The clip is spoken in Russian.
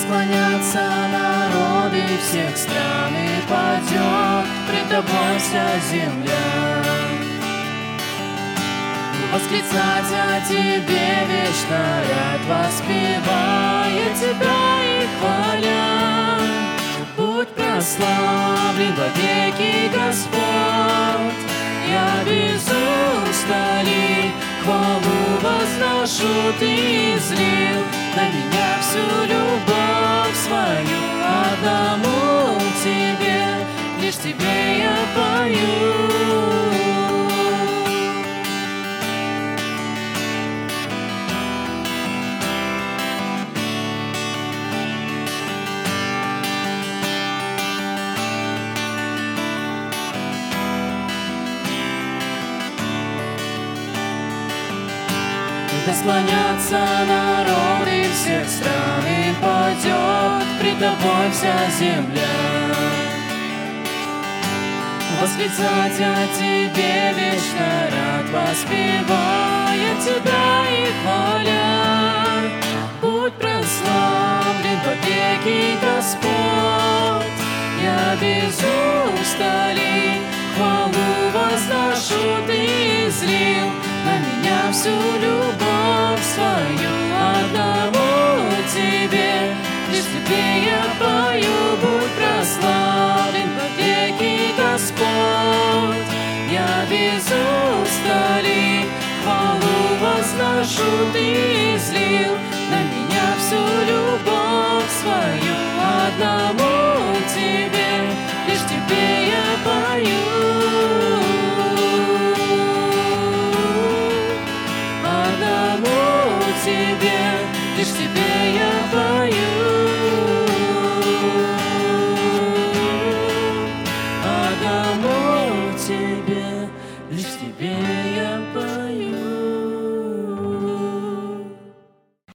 склонятся народы всех стран, и падет пред тобой вся земля. Восклицать о тебе вечно ряд, воспевая тебя и хваля. Будь прославлен вовеки, Господь, я без устали хвалу возношу. Ты излил на меня всю любовь свою, одному тебе, лишь тебе я пою. Да склонятся народы всех стран, и падет пред тобой вся земля. Восклицать о тебе вечно рад, воспевая тебя и хваля. Будь прославлен вовеки, Господь, я без устали хвалу возношу. Ты излил на меня всю любовь свою, одному тебе, лишь тебе я пою. Будь прославлен вовеки, Господь, я без устали хвалу возношу. Ты излил на меня всю любовь свою, одному тебе, лишь тебе я пою. Тебе, лишь тебе я пою, одному тебе, лишь тебе